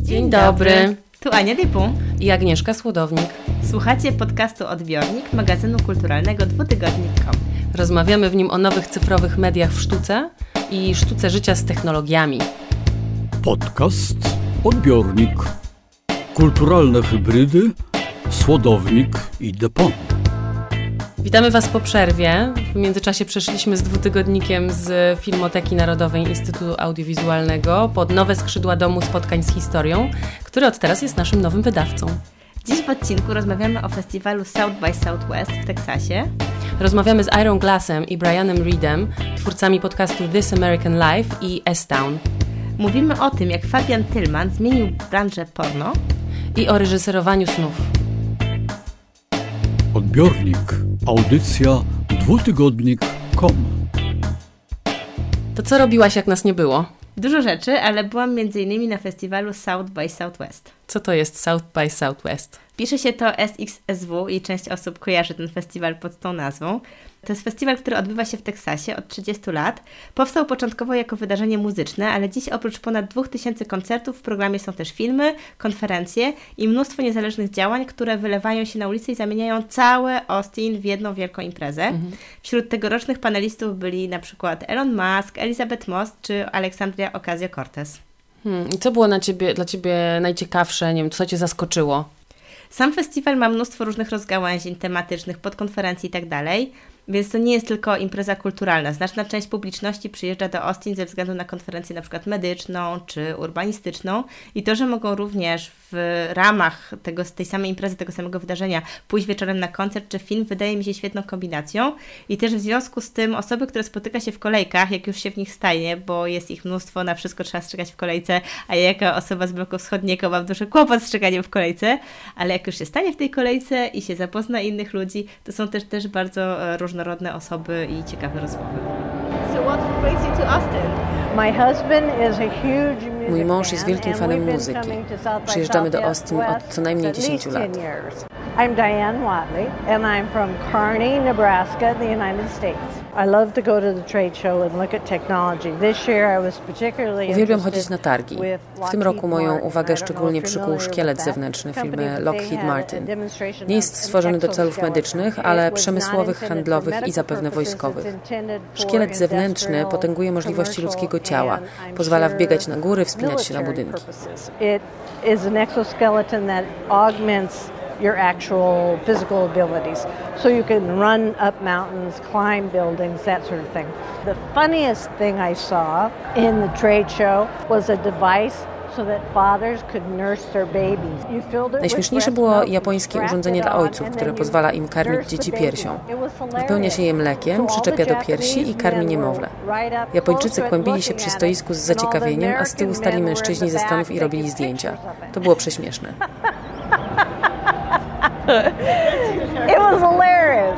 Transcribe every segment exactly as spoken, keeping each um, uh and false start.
Dzień dobry. Tu Ania Lipu i Agnieszka Słodownik. Słuchacie podcastu Odbiornik magazynu kulturalnego dwutygodnik kropka com. Rozmawiamy w nim o nowych cyfrowych mediach w sztuce i sztuce życia z technologiami. Podcast Odbiornik. Kulturalne hybrydy, Słodownik i Depon. Witamy Was po przerwie. W międzyczasie przeszliśmy z dwutygodnikiem z Filmoteki Narodowej Instytutu Audiowizualnego pod nowe skrzydła Domu Spotkań z Historią, który od teraz jest naszym nowym wydawcą. Dziś w odcinku rozmawiamy o festiwalu South by Southwest w Teksasie. Rozmawiamy z Iron Glassem i Brianem Reedem, twórcami podcastu This American Life i S-Town. Mówimy o tym, jak Fabian Tillman zmienił branżę porno i o reżyserowaniu snów. Odbiornik. Audycja dwutygodnik kropka com. To co robiłaś, jak nas nie było? Dużo rzeczy, ale byłam między innymi na festiwalu South by Southwest. Co to jest South by Southwest? Pisze się to S X S W i część osób kojarzy ten festiwal pod tą nazwą. To jest festiwal, który odbywa się w Teksasie od trzydziestu lat. Powstał początkowo jako wydarzenie muzyczne, ale dziś oprócz ponad dwóch tysięcy koncertów w programie są też filmy, konferencje i mnóstwo niezależnych działań, które wylewają się na ulicy i zamieniają całe Austin w jedną wielką imprezę. Mhm. Wśród tegorocznych panelistów byli na przykład Elon Musk, Elizabeth Moss czy Alexandria Ocasio-Cortez. Hmm. I co było na ciebie, dla Ciebie najciekawsze? Nie wiem, co Cię zaskoczyło? Sam festiwal ma mnóstwo różnych rozgałęzień tematycznych, podkonferencji i tak dalej, więc to nie jest tylko impreza kulturalna. Znaczna część publiczności przyjeżdża do Austin ze względu na konferencję na przykład medyczną czy urbanistyczną i to, że mogą również w ramach tego, tej samej imprezy, tego samego wydarzenia pójść wieczorem na koncert czy film, wydaje mi się świetną kombinacją i też w związku z tym osoby, które spotyka się w kolejkach, jak już się w nich staje, bo jest ich mnóstwo, na wszystko trzeba strzegać w kolejce, a ja jako osoba z bloku wschodniego mam duży kłopot z strzeganiem w kolejce, ale jak już się stanie w tej kolejce i się zapozna innych ludzi, to są też, też bardzo różnorodne osoby i ciekawe rozmowy. So what brings you to Austin? My husband is a huge music Mój mąż jest wielkim fanem muzyki. Przyjeżdżamy do Austin od co najmniej dziesięciu lat. I'm Diane Watley and I'm from Kearney, Nebraska, the United States. I love to go to the trade show and look at technology. This year I was particularly Uwielbiam chodzić na targi. W tym roku moją uwagę szczególnie przykuł szkielet zewnętrzny firmy Lockheed Martin. Nie jest stworzony do celów medycznych, ale przemysłowych, handlowych i zapewne wojskowych. Szkielet zewnętrzny potęguje możliwości ludzkiego ciała. Pozwala wbiegać na góry, wspinać się na budynki. It is an exoskeleton that augments your actual physical abilities. So you can run up mountains, climb buildings, that sort of thing. The funniest thing I saw in the trade show was a device so that fathers could nurse their babies. You filled it. Najśmieszniejsze było japońskie urządzenie dla ojców, które pozwala im karmić dzieci piersią. Wypełnia się je mlekiem, przyczepia do piersi i karmi niemowlę. Japończycy kłębili się przy stoisku z zaciekawieniem, a z tyłu stali mężczyźni ze Stanów i robili zdjęcia. To było prześmieszne. It was hilarious.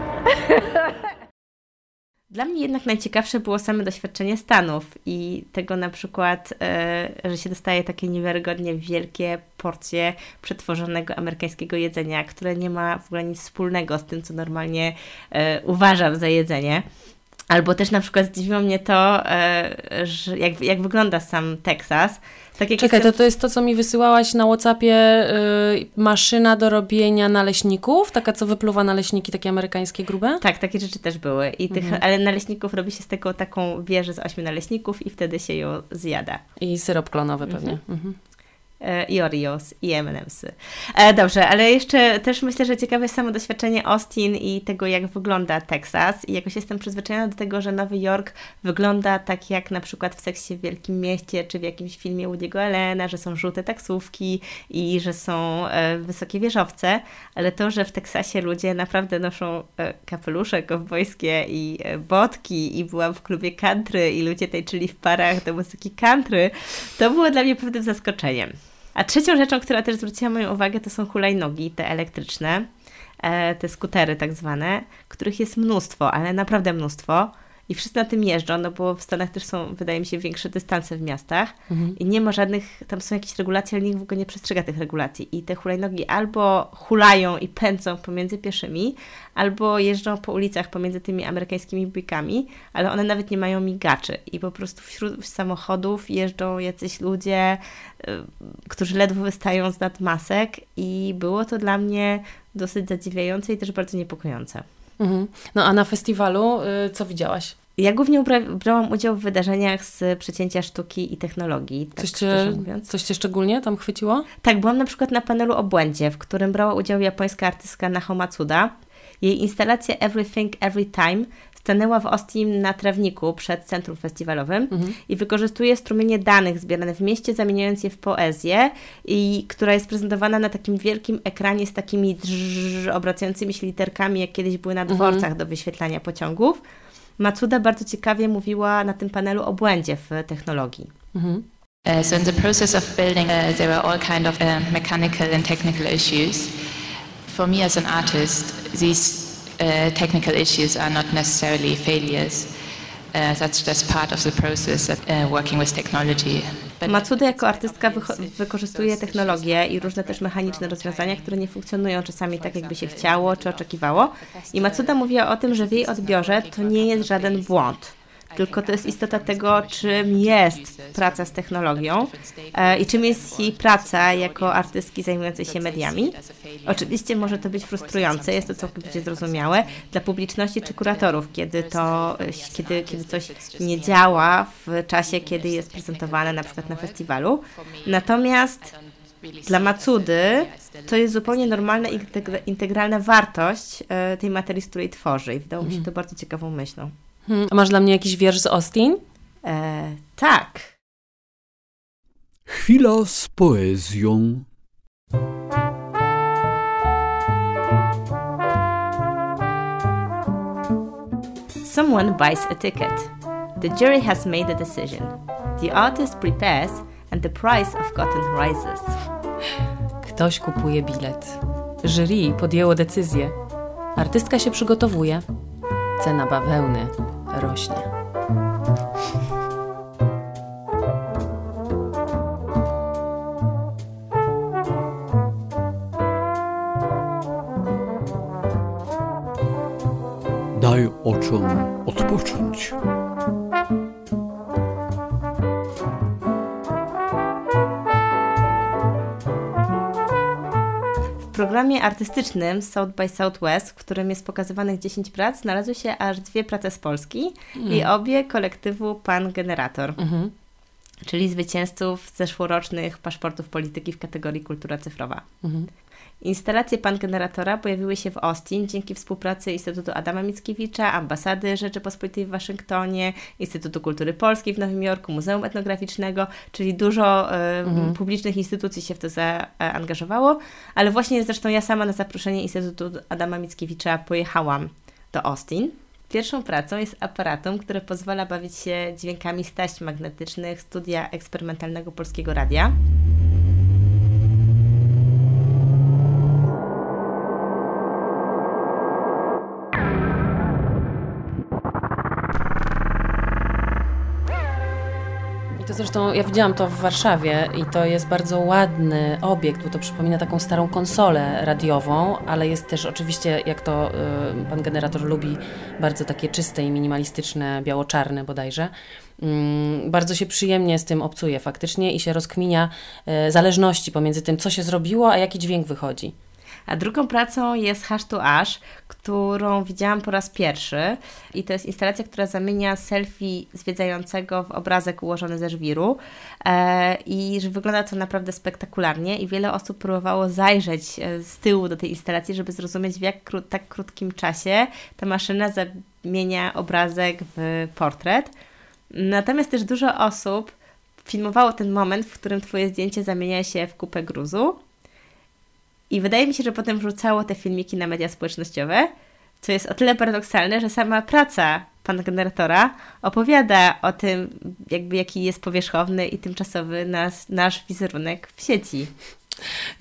Dla mnie jednak najciekawsze było same doświadczenie Stanów i tego na przykład, e, że się dostaje takie niewiarygodnie wielkie porcje przetworzonego amerykańskiego jedzenia, które nie ma w ogóle nic wspólnego z tym, co normalnie e, uważam za jedzenie. Albo też na przykład zdziwiło mnie to, e, że jak, jak wygląda sam Teksas. Tak jak Czekaj, jestem... to, to jest to, co mi wysyłałaś na WhatsAppie, yy, maszyna do robienia naleśników, taka, co wypluwa naleśniki, takie amerykańskie grube? Tak, takie rzeczy też były. I tych, mhm. Ale naleśników robi się z tego taką wieżę z ośmiu naleśników i wtedy się ją zjada. I syrop klonowy pewnie. Mhm. Mhm. I Oreos, i M and M's. E, dobrze, ale jeszcze też myślę, że ciekawe jest samo doświadczenie Austin i tego, jak wygląda Teksas. I jakoś jestem przyzwyczajona do tego, że Nowy Jork wygląda tak jak na przykład w Seksie w Wielkim Mieście, czy w jakimś filmie Woody'ego Allena, że są żółte taksówki i że są e, wysokie wieżowce, ale to, że w Teksasie ludzie naprawdę noszą e, kapelusze kowbojskie i e, botki i byłam w klubie country i ludzie tańczyli w parach do muzyki country, to było dla mnie pewnym zaskoczeniem. A trzecią rzeczą, która też zwróciła moją uwagę, to są hulajnogi, te elektryczne, te skutery tak zwane, których jest mnóstwo, ale naprawdę mnóstwo. i wszyscy na tym jeżdżą, no bo w Stanach też są, wydaje mi się, większe dystanse w miastach Mhm. i nie ma żadnych, tam są jakieś regulacje, ale nikt w ogóle nie przestrzega tych regulacji i te hulajnogi albo hulają i pędzą pomiędzy pieszymi, albo jeżdżą po ulicach pomiędzy tymi amerykańskimi bujkami, ale one nawet nie mają migaczy i po prostu wśród samochodów jeżdżą jacyś ludzie, y, którzy ledwo wystają z nad masek i było to dla mnie dosyć zadziwiające i też bardzo niepokojące. Mhm. No a na festiwalu y, co widziałaś? Ja głównie ubra- brałam udział w wydarzeniach z przecięcia sztuki i technologii, tak Coś cię, szczerze mówiąc. coś cię szczególnie tam chwyciło? Tak, byłam na przykład na panelu o błędzie, w którym brała udział japońska artystka Naho Matsuda. Jej instalacja Everything Every Time stanęła w Austin na trawniku przed centrum festiwalowym Mhm. i wykorzystuje strumienie danych zbierane w mieście, zamieniając je w poezję, i która jest prezentowana na takim wielkim ekranie z takimi drżż, obracającymi się literkami, jak kiedyś były na dworcach Mhm. do wyświetlania pociągów. Matsuda bardzo ciekawie mówiła na tym panelu o błędzie w technologii. Mhm. Uh, so in the process of building, uh, there were all kind of uh, mechanical and technical issues. For me as an artist, these uh, technical issues are not necessarily failures. Uh, that's just part of the process of uh, working with technology. But Matsuda jako artystka wycho- wykorzystuje technologię i różne też mechaniczne rozwiązania, które nie funkcjonują czasami tak, jakby się chciało czy oczekiwało. I Matsuda mówiła o tym, że w jej odbiorze to nie jest żaden błąd, tylko to jest istota tego, czym jest praca z technologią e, i czym jest jej praca jako artystki zajmującej się mediami. Oczywiście może to być frustrujące, jest to całkowicie zrozumiałe dla publiczności czy kuratorów, kiedy, to, kiedy, kiedy coś nie działa w czasie, kiedy jest prezentowane na przykład na festiwalu. Natomiast dla Matsudy to jest zupełnie normalna i integra- integralna wartość e, tej materii, z której tworzy i wydało mi się to bardzo ciekawą myślą. Hmm. A masz dla mnie jakiś wiersz z Austin? E, tak. Chwila z poezją. Someone buys a ticket. The jury has made a decision. The artist prepares and the price of cotton rises. Ktoś kupuje bilet. Jury podjęło decyzję. Artystka się przygotowuje. Cena bawełny rośnie. Daj oczom odpocząć. W programie artystycznym South by Southwest, w którym jest pokazywanych dziesięć prac, znalazły się aż dwie prace z Polski Mm. i obie kolektywu Pan Generator, Mhm. czyli zwycięzców zeszłorocznych paszportów polityki w kategorii kultura cyfrowa. Mhm. Instalacje Pan Generatora pojawiły się w Austin dzięki współpracy Instytutu Adama Mickiewicza, Ambasady Rzeczypospolitej w Waszyngtonie, Instytutu Kultury Polskiej w Nowym Jorku, Muzeum Etnograficznego, czyli dużo e, Mhm. publicznych instytucji się w to zaangażowało, ale właśnie zresztą ja sama na zaproszenie Instytutu Adama Mickiewicza pojechałam do Austin. Pierwszą pracą jest aparatum, które pozwala bawić się dźwiękami z taśm magnetycznych studia eksperymentalnego Polskiego Radia. I to zresztą, ja widziałam to w Warszawie i to jest bardzo ładny obiekt, bo to przypomina taką starą konsolę radiową, ale jest też oczywiście, jak to y, pan generator lubi, bardzo takie czyste i minimalistyczne, biało-czarne bodajże. Mm, bardzo się przyjemnie z tym obcuje faktycznie i się rozkminia y, zależności pomiędzy tym, co się zrobiło, a jaki dźwięk wychodzi. A drugą pracą jest Hash to Ash, którą widziałam po raz pierwszy i to jest instalacja, która zamienia selfie zwiedzającego w obrazek ułożony ze żwiru e, i że wygląda to naprawdę spektakularnie i wiele osób próbowało zajrzeć z tyłu do tej instalacji, żeby zrozumieć, w jak kró- tak krótkim czasie ta maszyna zamienia obrazek w portret. Natomiast też dużo osób filmowało ten moment, w którym Twoje zdjęcie zamienia się w kupę gruzu. I wydaje mi się, że potem wrzucało te filmiki na media społecznościowe, co jest o tyle paradoksalne, że sama praca pana generatora opowiada o tym, jakby jaki jest powierzchowny i tymczasowy nas, nasz wizerunek w sieci.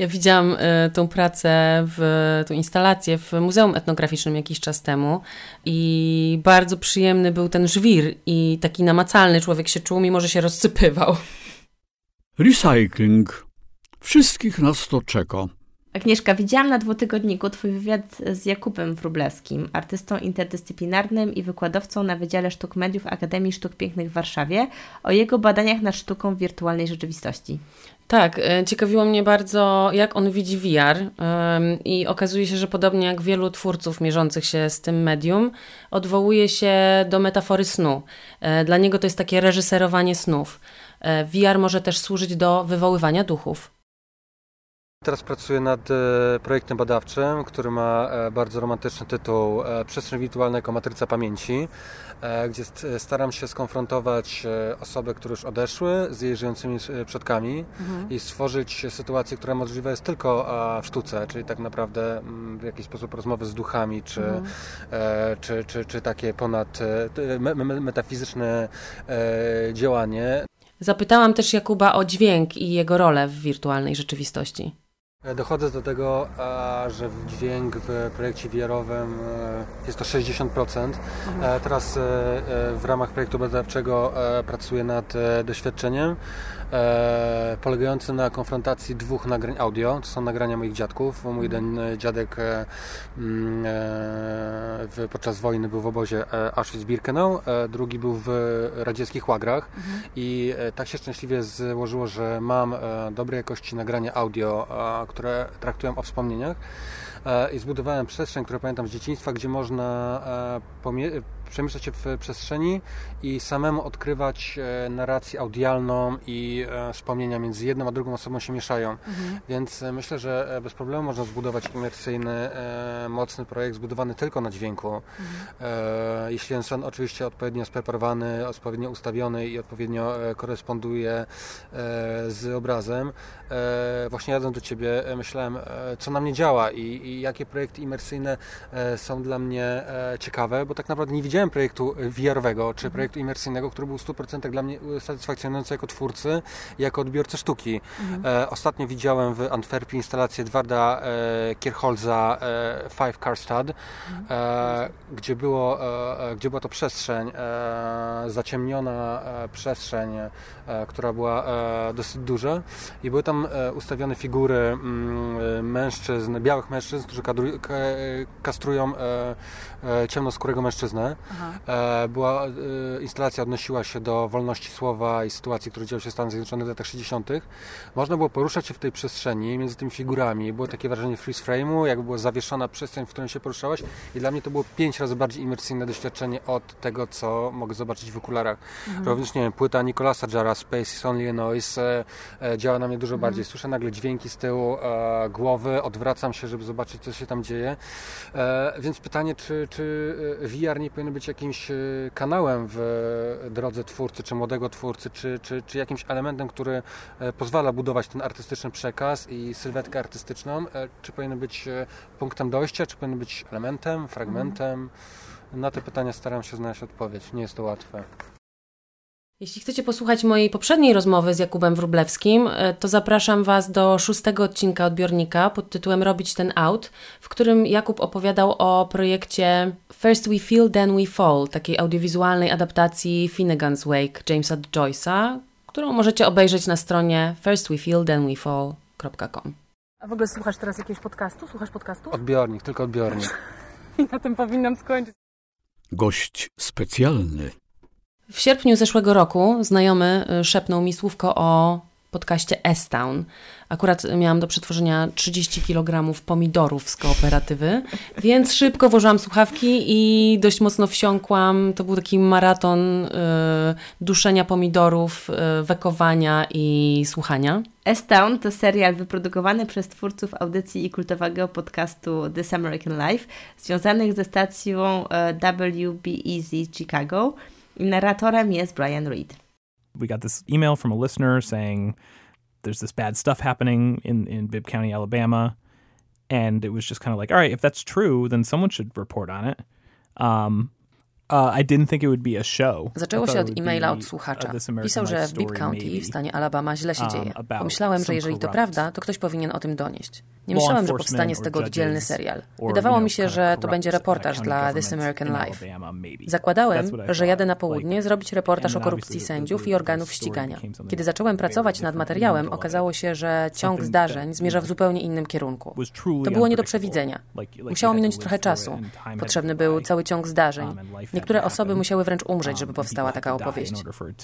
Ja widziałam y, tą pracę, w, tą instalację w Muzeum Etnograficznym jakiś czas temu i bardzo przyjemny był ten żwir i taki namacalny człowiek się czuł, mimo że się rozsypywał. Recycling. Wszystkich nas to czeka. Agnieszka, widziałam na dwutygodniku Twój wywiad z Jakubem Wróblewskim, artystą interdyscyplinarnym i wykładowcą na Wydziale Sztuk Mediów Akademii Sztuk Pięknych w Warszawie, o jego badaniach nad sztuką wirtualnej rzeczywistości. Tak, ciekawiło mnie bardzo, jak on widzi V R i okazuje się, że podobnie jak wielu twórców mierzących się z tym medium, odwołuje się do metafory snu. Dla niego to jest takie reżyserowanie snów. V R może też służyć do wywoływania duchów. Teraz pracuję nad e, projektem badawczym, który ma e, bardzo romantyczny tytuł e, Przestrzeń wirtualna jako matryca pamięci, e, gdzie st- staram się skonfrontować e, osoby, które już odeszły z jej żyjącymi e, przodkami mhm. i stworzyć sytuację, która możliwa jest tylko e, w sztuce, czyli tak naprawdę m, w jakiś sposób rozmowy z duchami, czy, mhm. e, czy, czy, czy takie ponad e, me, me, metafizyczne e, działanie. Zapytałam też Jakuba o dźwięk i jego rolę w wirtualnej rzeczywistości. Dochodzę do tego, że dźwięk w projekcie V R-owym jest to sześćdziesiąt procent. Mhm. Teraz w ramach projektu badawczego pracuję nad doświadczeniem polegającym na konfrontacji dwóch nagrań audio. To są nagrania moich dziadków. Mój jeden dziadek w, podczas wojny był w obozie Auschwitz-Birkenau, drugi był w radzieckich łagrach. Mhm. I tak się szczęśliwie złożyło, że mam dobrej jakości nagrania audio, które traktują o wspomnieniach i zbudowałem przestrzeń, którą pamiętam z dzieciństwa, gdzie można pomie- przemieszczać się w przestrzeni i samemu odkrywać narrację audialną i wspomnienia między jedną a drugą osobą się mieszają. Mhm. Więc myślę, że bez problemu można zbudować imersyjny, mocny projekt zbudowany tylko na dźwięku. Mhm. Jeśli jest on oczywiście odpowiednio spreparowany, odpowiednio ustawiony i odpowiednio koresponduje z obrazem. Właśnie jadąc do Ciebie myślałem, co na mnie działa i, i jakie projekty imersyjne są dla mnie ciekawe, bo tak naprawdę nie widziałem projektu V R-owego czy projektu imersyjnego, który był w stu procentach dla mnie satysfakcjonujący jako twórcy i jako odbiorcy sztuki. Mhm. Ostatnio widziałem w Antwerpii instalację Edwarda Kierholza Five Karstad, mhm. gdzie, było, gdzie była to przestrzeń, zaciemniona przestrzeń, która była dosyć duża i były tam ustawione figury mężczyzn, białych mężczyzn, którzy kastrują ciemnoskórego mężczyznę. Aha. Była, instalacja odnosiła się do wolności słowa i sytuacji, które działy się w Stanach Zjednoczonych w latach sześćdziesiątych. Można było poruszać się w tej przestrzeni między tymi figurami. Było takie wrażenie freeze frame'u, jakby była zawieszona przestrzeń, w którą się poruszałaś i dla mnie to było pięć razy bardziej imersyjne doświadczenie od tego, co mogę zobaczyć w okularach. Mhm. Również, nie wiem, płyta Nicolasa Jarra, Space is Only a Noise, e, działa na mnie dużo mhm. bardziej. Słyszę nagle dźwięki z tyłu e, głowy, odwracam się, żeby zobaczyć, co się tam dzieje. E, więc pytanie, czy, czy V R nie powinien być jakimś kanałem w drodze twórcy, czy młodego twórcy, czy, czy, czy jakimś elementem, który pozwala budować ten artystyczny przekaz i sylwetkę artystyczną, czy powinien być punktem dojścia, czy powinien być elementem, fragmentem. Na te pytania staram się znaleźć odpowiedź. Nie jest to łatwe. Jeśli chcecie posłuchać mojej poprzedniej rozmowy z Jakubem Wróblewskim, to zapraszam Was do szóstego odcinka Odbiornika pod tytułem Robić ten out, w którym Jakub opowiadał o projekcie First We Feel, Then We Fall, takiej audiowizualnej adaptacji Finnegan's Wake Jamesa Joyce'a, którą możecie obejrzeć na stronie first we feel then we fall kropka com. A w ogóle słuchasz teraz jakiegoś podcastu? Słuchasz podcastu? Odbiornik, tylko odbiornik. I na tym powinnam skończyć. Gość specjalny. W sierpniu zeszłego roku znajomy szepnął mi słówko o podcaście S-Town. Akurat miałam do przetworzenia trzydzieści kilogramów pomidorów z kooperatywy, więc szybko włożyłam słuchawki i dość mocno wsiąkłam. To był taki maraton y, duszenia pomidorów, y, wekowania i słuchania. S-Town to serial wyprodukowany przez twórców audycji i kultowego podcastu This American Life, związanych ze stacją W B E Z Chicago. I narratorem jest Brian Reed. We got this email from a listener saying there's this bad stuff happening in, in Bibb County, Alabama. And it was just kind of like, all right, if that's true, then someone should report on it. Um, Uh, I didn't think it would be a show. Zaczęło się od e-maila od słuchacza. Pisał, że w Bibb County w stanie Alabama źle się dzieje. Pomyślałem, że jeżeli to prawda, to ktoś powinien o tym donieść. Nie myślałem, że powstanie z tego oddzielny serial. Wydawało mi się, że to będzie reportaż dla This American Life. Zakładałem, że jadę na południe zrobić reportaż o korupcji sędziów i organów ścigania. Kiedy zacząłem pracować nad materiałem, okazało się, że ciąg zdarzeń zmierza w zupełnie innym kierunku. To było nie do przewidzenia. Musiało minąć trochę czasu. Potrzebny był cały ciąg zdarzeń. Niektóre osoby musiały wręcz umrzeć, żeby powstała taka opowieść.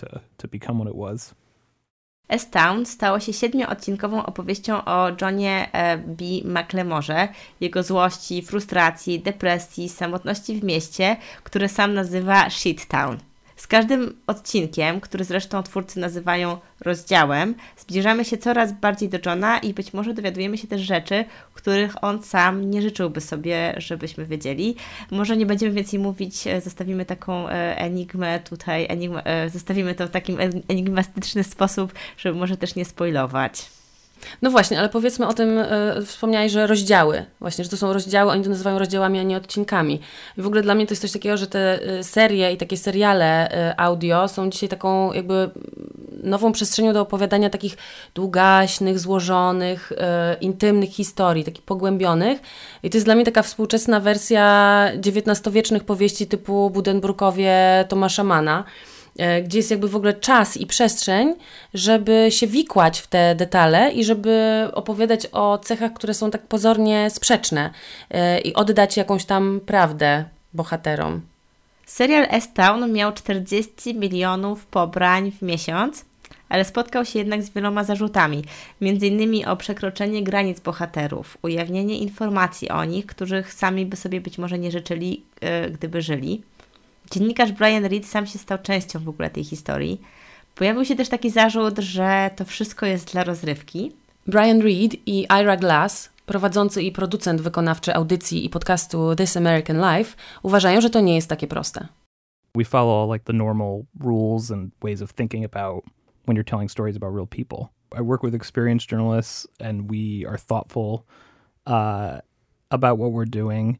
S-Town stało się siedmioodcinkową opowieścią o Johnie B. McLemore, jego złości, frustracji, depresji, samotności w mieście, które sam nazywa Shit Town. Z każdym odcinkiem, który zresztą twórcy nazywają rozdziałem, zbliżamy się coraz bardziej do Johna i być może dowiadujemy się też rzeczy, których on sam nie życzyłby sobie, żebyśmy wiedzieli. Może nie będziemy więcej mówić, zostawimy taką enigmę tutaj, enigmę, zostawimy to w takim enigmatyczny sposób, żeby może też nie spoilować. No właśnie, ale powiedzmy o tym, e, wspomniałeś, że rozdziały, właśnie, że to są rozdziały, oni to nazywają rozdziałami, a nie odcinkami. I w ogóle dla mnie to jest coś takiego, że te serie i takie seriale e, audio są dzisiaj taką jakby nową przestrzenią do opowiadania takich długaśnych, złożonych, e, intymnych historii, takich pogłębionych. I to jest dla mnie taka współczesna wersja dziewiętnastowiecznych powieści typu Buddenbrookowie Tomasza Manna, gdzie jest jakby w ogóle czas i przestrzeń, żeby się wikłać w te detale i żeby opowiadać o cechach, które są tak pozornie sprzeczne i oddać jakąś tam prawdę bohaterom. Serial S-Town miał czterdzieści milionów pobrań w miesiąc, ale spotkał się jednak z wieloma zarzutami, między innymi o przekroczenie granic bohaterów, ujawnienie informacji o nich, których sami by sobie być może nie życzyli, gdyby żyli. Dziennikarz Brian Reed sam się stał częścią w ogóle tej historii. Pojawił się też taki zarzut, że to wszystko jest dla rozrywki. Brian Reed i Ira Glass, prowadzący i producent wykonawczy audycji i podcastu This American Life, uważają, że to nie jest takie proste. We follow like the normal rules and ways of thinking about when you're telling stories about real people. I work with experienced journalists and we are thoughtful uh, about what we're doing.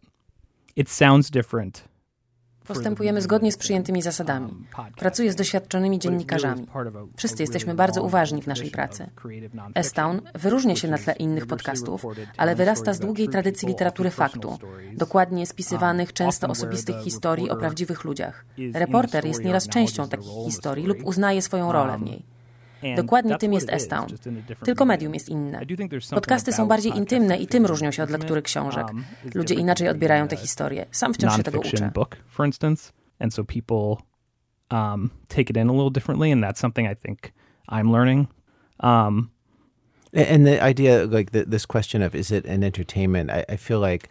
It sounds different. Postępujemy zgodnie z przyjętymi zasadami. Pracuję z doświadczonymi dziennikarzami. Wszyscy jesteśmy bardzo uważni w naszej pracy. S-Town wyróżnia się na tle innych podcastów, ale wyrasta z długiej tradycji literatury faktu, dokładnie spisywanych, często osobistych historii o prawdziwych ludziach. Reporter jest nieraz częścią takich historii lub uznaje swoją rolę w niej. Dokładnie tym jest S-Town. Tylko medium jest inne. Podcasty są bardziej intymne i tym różnią się od lektury książek. Ludzie inaczej odbierają te historie. Sam wciąż się tego uczę. Book, for instance, and so people um, take it in a little differently, and that's something I think I'm learning. Um, and the idea, like the, this question of is it an entertainment? I, I feel like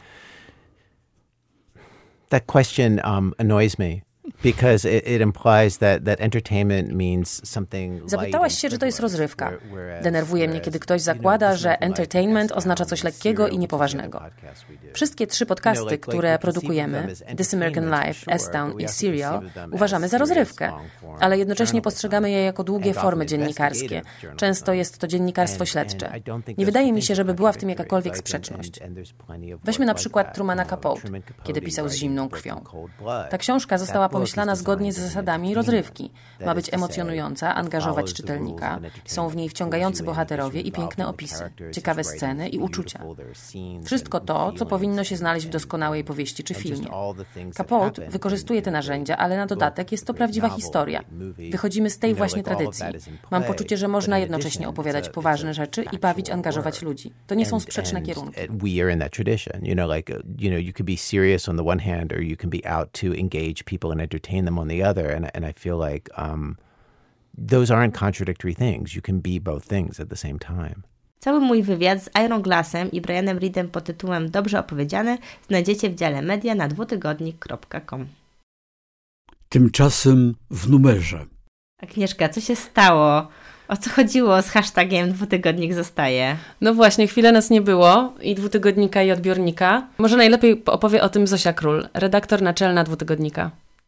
that question um, annoys me. Because it, it implies that, that entertainment means something. Zapytałaś się, czy to jest rozrywka. Denerwuje mnie, kiedy ktoś zakłada, że entertainment oznacza coś lekkiego i niepoważnego. Wszystkie trzy podcasty, które produkujemy, This American Life, S-Town i Serial, uważamy za rozrywkę, ale jednocześnie postrzegamy je jako długie formy dziennikarskie. Często jest to dziennikarstwo śledcze. Nie wydaje mi się, żeby była w tym jakakolwiek sprzeczność. Weźmy na przykład Trumana Capote, kiedy pisał Z zimną krwią. Ta książka została pomyślana zgodnie z zasadami rozrywki. Ma być emocjonująca, angażować czytelnika. Są w niej wciągający bohaterowie i piękne opisy, ciekawe sceny i uczucia. Wszystko to, co powinno się znaleźć w doskonałej powieści czy filmie. Capote wykorzystuje te narzędzia, ale na dodatek jest to prawdziwa historia. Wychodzimy z tej właśnie tradycji. Mam poczucie, że można jednocześnie opowiadać poważne rzeczy i bawić, angażować ludzi. To nie są sprzeczne kierunki. We are in that tradition. You know, like, you know, you could be serious on the one hand or you can be out to engage people and entertain them on the other. And, and I feel like um, those aren't contradictory things. You can be both things at the same time. Cały mój wywiad z Irą Glassem i Brianem Reedem pod tytułem Dobrze opowiedziane znajdziecie w dziale media na dwutygodnik kropka com. Tymczasem w numerze. Agnieszka, co się stało? O co chodziło z hashtagiem dwutygodnik zostaje? No właśnie, chwilę nas nie było i dwutygodnika i odbiornika. Może najlepiej opowie o tym Zosia Król, redaktor naczelna dwutygodnika.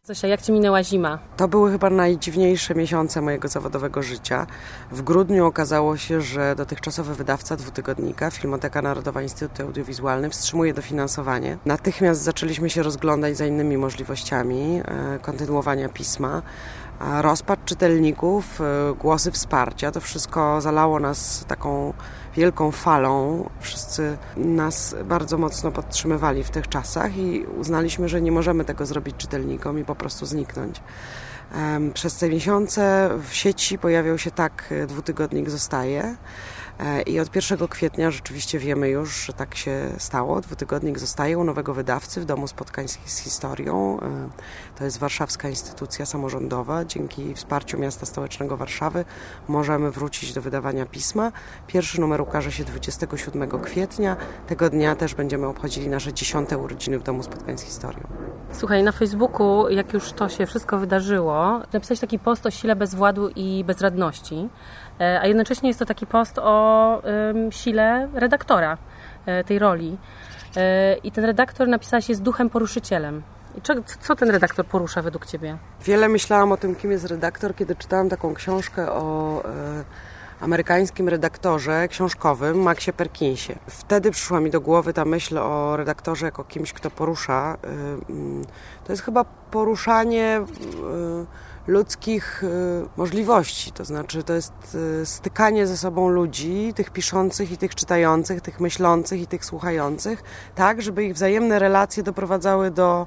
Zosia, jak Ci minęła zima? To były chyba najdziwniejsze miesiące mojego zawodowego życia. W grudniu okazało się, że dotychczasowy wydawca dwutygodnika, Filmoteka Narodowa Instytut Audiowizualny, wstrzymuje dofinansowanie. Natychmiast zaczęliśmy się rozglądać za innymi możliwościami e, kontynuowania pisma. A rozpacz czytelników, e, głosy wsparcia, to wszystko zalało nas taką wielką falą. Wszyscy nas bardzo mocno podtrzymywali w tych czasach i uznaliśmy, że nie możemy tego zrobić czytelnikom i po prostu zniknąć. Przez te miesiące w sieci pojawiał się tak Dwutygodnik zostaje i od pierwszego kwietnia rzeczywiście wiemy już, że tak się stało. Dwutygodnik zostaje u nowego wydawcy w Domu Spotkań z Historią. To jest warszawska instytucja samorządowa. Dzięki wsparciu Miasta Stołecznego Warszawy możemy wrócić do wydawania pisma. Pierwszy numer ukaże się dwudziestego siódmego kwietnia. Tego dnia też będziemy obchodzili nasze dziesiąte urodziny w Domu Spotkań z Historią. Słuchaj, na Facebooku, jak już to się wszystko wydarzyło, napisałeś taki post o sile bezwładu i bezradności, a jednocześnie jest to taki post o um, sile redaktora tej roli. I ten redaktor, napisałaś, jest duchem poruszycielem. I co, co ten redaktor porusza według Ciebie? Wiele myślałam o tym, kim jest redaktor, kiedy czytałam taką książkę o e, amerykańskim redaktorze książkowym Maxie Perkinsie. Wtedy przyszła mi do głowy ta myśl o redaktorze jako kimś, kto porusza. E, to jest chyba poruszanie e, ludzkich możliwości, to znaczy to jest stykanie ze sobą ludzi, tych piszących i tych czytających, tych myślących i tych słuchających, tak, żeby ich wzajemne relacje doprowadzały do,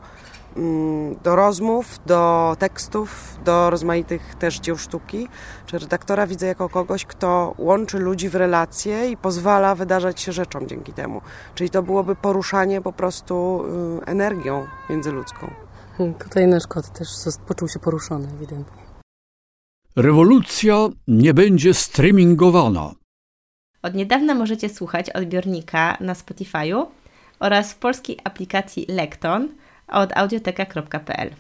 do rozmów, do tekstów, do rozmaitych też dzieł sztuki. Czy redaktora widzę jako kogoś, kto łączy ludzi w relacje i pozwala wydarzać się rzeczom dzięki temu. Czyli to byłoby poruszanie po prostu energią międzyludzką. Tutaj nasz kot też poczuł się poruszony, ewidentnie. Rewolucja nie będzie streamingowana. Od niedawna możecie słuchać odbiornika na Spotify'u oraz w polskiej aplikacji Lekton od audioteka kropka p l.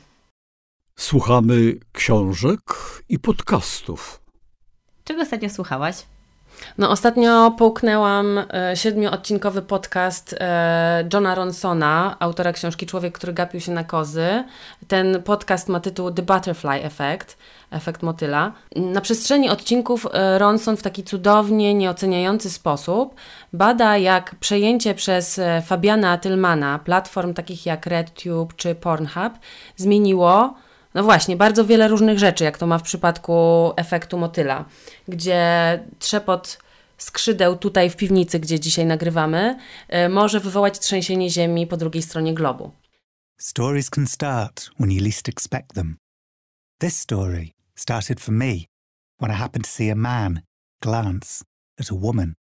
Słuchamy książek i podcastów. Czego ostatnio słuchałaś? No, ostatnio połknęłam e, siedmioodcinkowy podcast e, Johna Ronsona, autora książki Człowiek, który gapił się na kozy. Ten podcast ma tytuł The Butterfly Effect, efekt motyla. Na przestrzeni odcinków e, Ronson w taki cudownie nieoceniający sposób bada, jak przejęcie przez e, Fabiana Tillmana platform takich jak RedTube czy Pornhub zmieniło, no właśnie, bardzo wiele różnych rzeczy, jak to ma w przypadku efektu motyla, gdzie trzepot skrzydeł tutaj w piwnicy, gdzie dzisiaj nagrywamy, może wywołać trzęsienie ziemi po drugiej stronie globu. Stories can start when you least expect them. This story started for me when I happened to see a man glance at a woman.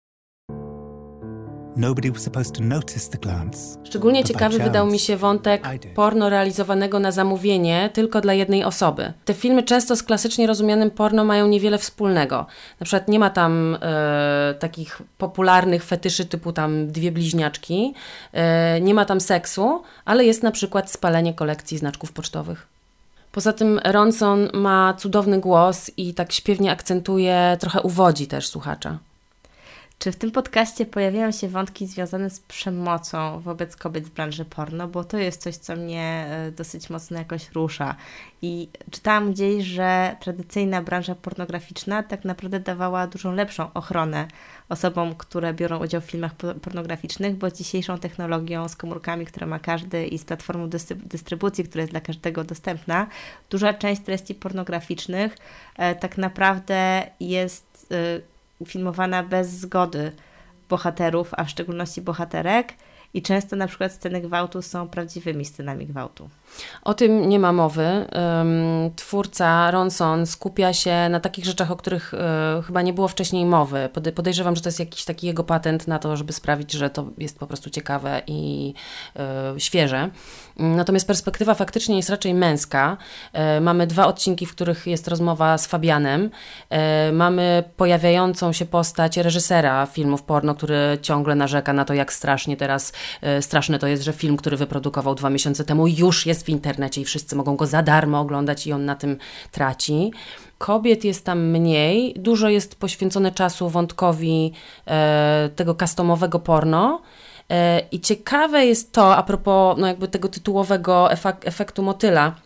Nobody was supposed to notice the glance. Szczególnie ciekawy wydał mi się wątek porno realizowanego na zamówienie tylko dla jednej osoby. Te filmy często z klasycznie rozumianym porno mają niewiele wspólnego. Na przykład nie ma tam e, takich popularnych fetyszy typu tam dwie bliźniaczki, e, nie ma tam seksu, ale jest na przykład spalenie kolekcji znaczków pocztowych. Poza tym Ronson ma cudowny głos i tak śpiewnie akcentuje, trochę uwodzi też słuchacza. Czy w tym podcaście pojawiają się wątki związane z przemocą wobec kobiet w branży porno? Bo to jest coś, co mnie dosyć mocno jakoś rusza. I czytałam gdzieś, że tradycyjna branża pornograficzna tak naprawdę dawała dużo lepszą ochronę osobom, które biorą udział w filmach pornograficznych, bo z dzisiejszą technologią, z komórkami, które ma każdy i z platformą dystrybucji, która jest dla każdego dostępna, duża część treści pornograficznych e, tak naprawdę jest e, filmowana bez zgody bohaterów, a w szczególności bohaterek, i często na przykład sceny gwałtu są prawdziwymi scenami gwałtu. O tym nie ma mowy. Twórca Ronson skupia się na takich rzeczach, o których chyba nie było wcześniej mowy. Podejrzewam, że to jest jakiś taki jego patent na to, żeby sprawić, że to jest po prostu ciekawe i świeże. Natomiast perspektywa faktycznie jest raczej męska. Mamy dwa odcinki, w których jest rozmowa z Fabianem. Mamy pojawiającą się postać reżysera filmów porno, który ciągle narzeka na to, jak strasznie teraz, straszne to jest, że film, który wyprodukował dwa miesiące temu, już jest w internecie i wszyscy mogą go za darmo oglądać i on na tym traci. Kobiet jest tam mniej. Dużo jest poświęcone czasu wątkowi e, tego customowego porno. I ciekawe jest to, a propos no jakby tego tytułowego efek- efektu motyla,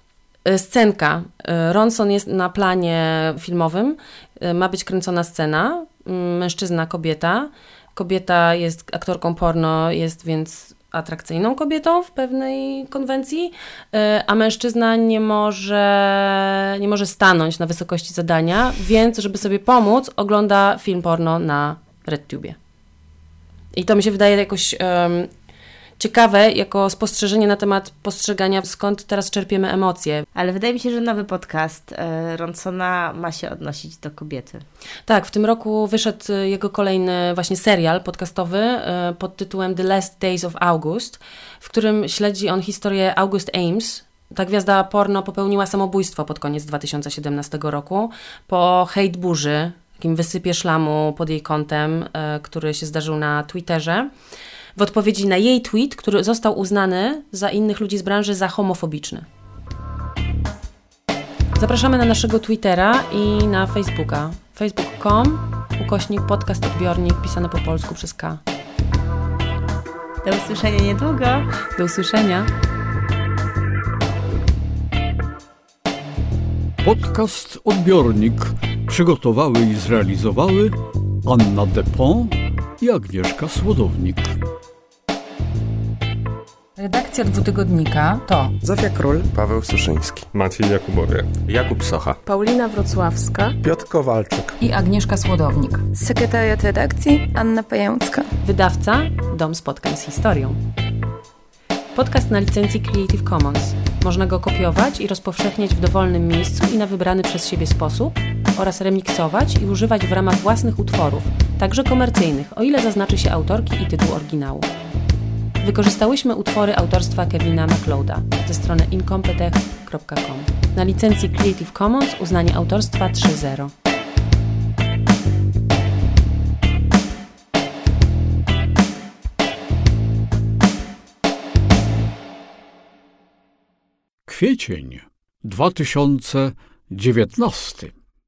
Scenka. Ronson jest na planie filmowym. Ma być kręcona scena. Mężczyzna, kobieta. Kobieta jest aktorką porno, jest więc atrakcyjną kobietą w pewnej konwencji, a mężczyzna nie może, nie może stanąć na wysokości zadania, więc żeby sobie pomóc, ogląda film porno na RedTubie. I to mi się wydaje jakoś um, ciekawe jako spostrzeżenie na temat postrzegania, skąd teraz czerpiemy emocje. Ale wydaje mi się, że nowy podcast e, Ronsona ma się odnosić do kobiety. Tak, w tym roku wyszedł jego kolejny właśnie serial podcastowy e, pod tytułem The Last Days of August, w którym śledzi on historię August Ames. Ta gwiazda porno popełniła samobójstwo pod koniec dwa tysiące siedemnastego roku po hejt burzy, takim wysypie szlamu pod jej kątem, e, który się zdarzył na Twitterze. W odpowiedzi na jej tweet, który został uznany za innych ludzi z branży za homofobiczny. Zapraszamy na naszego Twittera i na Facebooka. facebook kropka com ukośnik podcast odbiornik pisane po polsku przez K. Do usłyszenia niedługo. Do usłyszenia. Podcast Odbiornik przygotowały i zrealizowały Anna Depont i Agnieszka Słodownik. Redakcja Dwutygodnika to Zofia Król, Paweł Suszyński, Maciej Jakubowie, Jakub Socha, Paulina Wrocławska, Piotr Kowalczyk i Agnieszka Słodownik. Sekretariat redakcji Anna Pajęcka. Wydawca Dom Spotkań z Historią. Podcast na licencji Creative Commons. Można go kopiować i rozpowszechniać w dowolnym miejscu i na wybrany przez siebie sposób oraz remiksować i używać w ramach własnych utworów, także komercyjnych, o ile zaznaczy się autorki i tytuł oryginału. Wykorzystałyśmy utwory autorstwa Kevina MacLeoda ze strony incompetech kropka com. Na licencji Creative Commons uznanie autorstwa trzy zero. Kwiecień dwa tysiące dziewiętnasty.